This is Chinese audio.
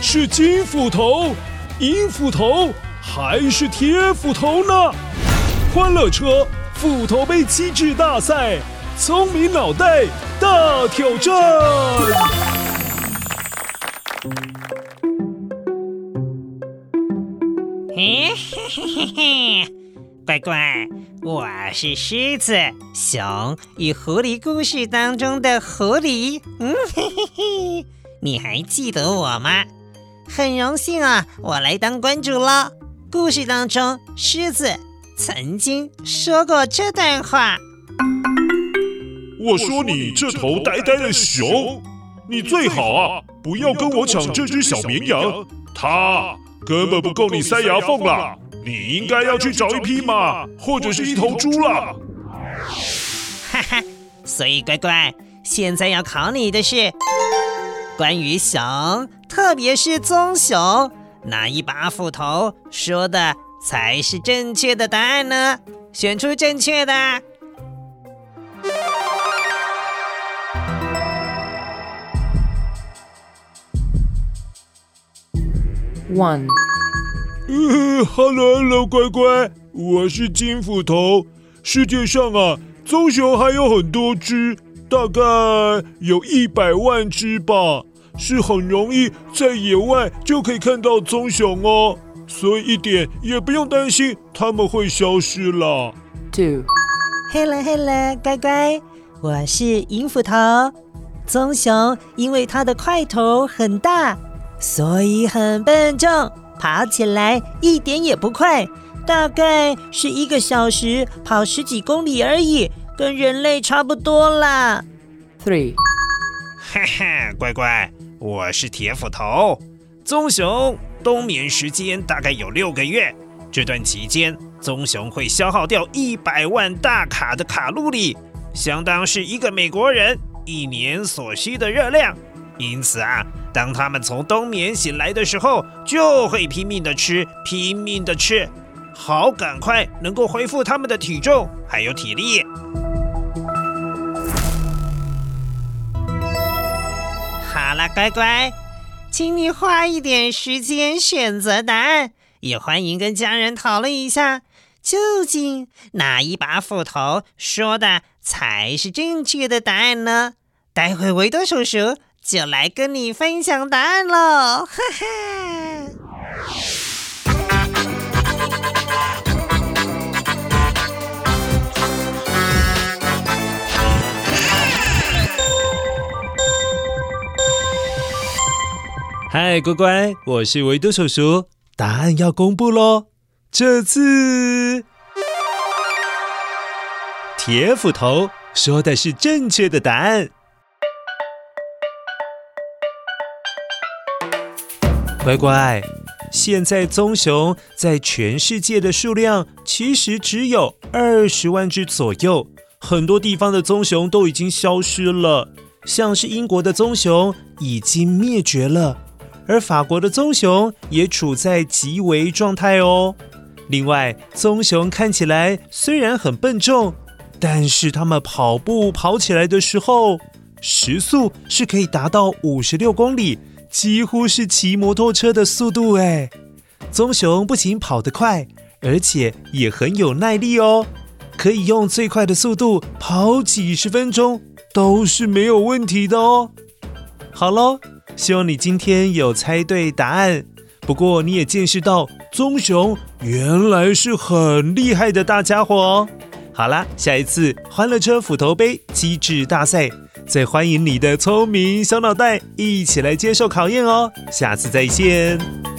是金斧头、银斧头还是铁斧头呢？欢乐车斧头杯机智大赛，聪明脑袋大挑战。 嘿嘿嘿嘿嘿，乖乖，我是狮子、熊与狐狸故事当中的狐狸。嘿嘿嘿，你还记得我吗？很荣幸啊，我来当关主了。故事当中，狮子曾经说过这段话： 我说你这头呆呆的熊，你最好啊，不要跟我抢这只小绵羊，它根本不够你塞牙缝啦！你应该要去找一匹马，或者是一头猪啦。 哈哈，所以乖乖，现在要考你的是关于熊，特别是棕熊，哪一把斧头说的才是正确的答案呢？选出正确的。 1. Hello， 乖乖，我是金斧头。世界上啊，棕熊还有很多只，大概有100万只吧，是很容易在野外就可以看到棕熊哦，所以一点也不用担心它们会消失了。 2. Hello， 乖乖，我是银斧头。棕熊因为它的块头很大，所以很笨重，跑起来一点也不快，大概是1个小时跑10几公里而已，跟人类差不多啦。 3. 哈哈，乖乖，我是铁斧头。棕熊冬眠时间大概有6个月，这段期间，棕熊会消耗掉100万大卡的卡路里，相当是1个美国人1年所需的热量。因此啊，当他们从冬眠醒来的时候，就会拼命的吃，好赶快能够恢复他们的体重还有体力。 好了，乖乖，请你花一点时间选择答案，也欢迎跟家人讨论一下，究竟哪一把斧头说的才是正确的答案呢？待会维多叔叔就来跟你分享答案喽，哈哈！ 嗨，乖乖，我是维多叔叔，答案要公布咯。这次铁斧头说的是正确的答案。乖乖，现在棕熊在全世界的数量其实只有20万只左右，很多地方的棕熊都已经消失了，像是英国的棕熊已经灭绝了，而法国的棕熊也处在极危状态哦。另外，棕熊看起来虽然很笨重，但是它们跑起来的时候，时速是可以达到56公里，几乎是骑摩托车的速度哎。棕熊不仅跑得快，而且也很有耐力哦，可以用最快的速度跑几10分钟都是没有问题的哦。好咯，希望你今天有猜对答案，不过你也见识到棕熊原来是很厉害的大家伙哦。好啦，下一次欢乐车斧头杯机智大赛，再欢迎你的聪明小脑袋一起来接受考验哦。下次再见。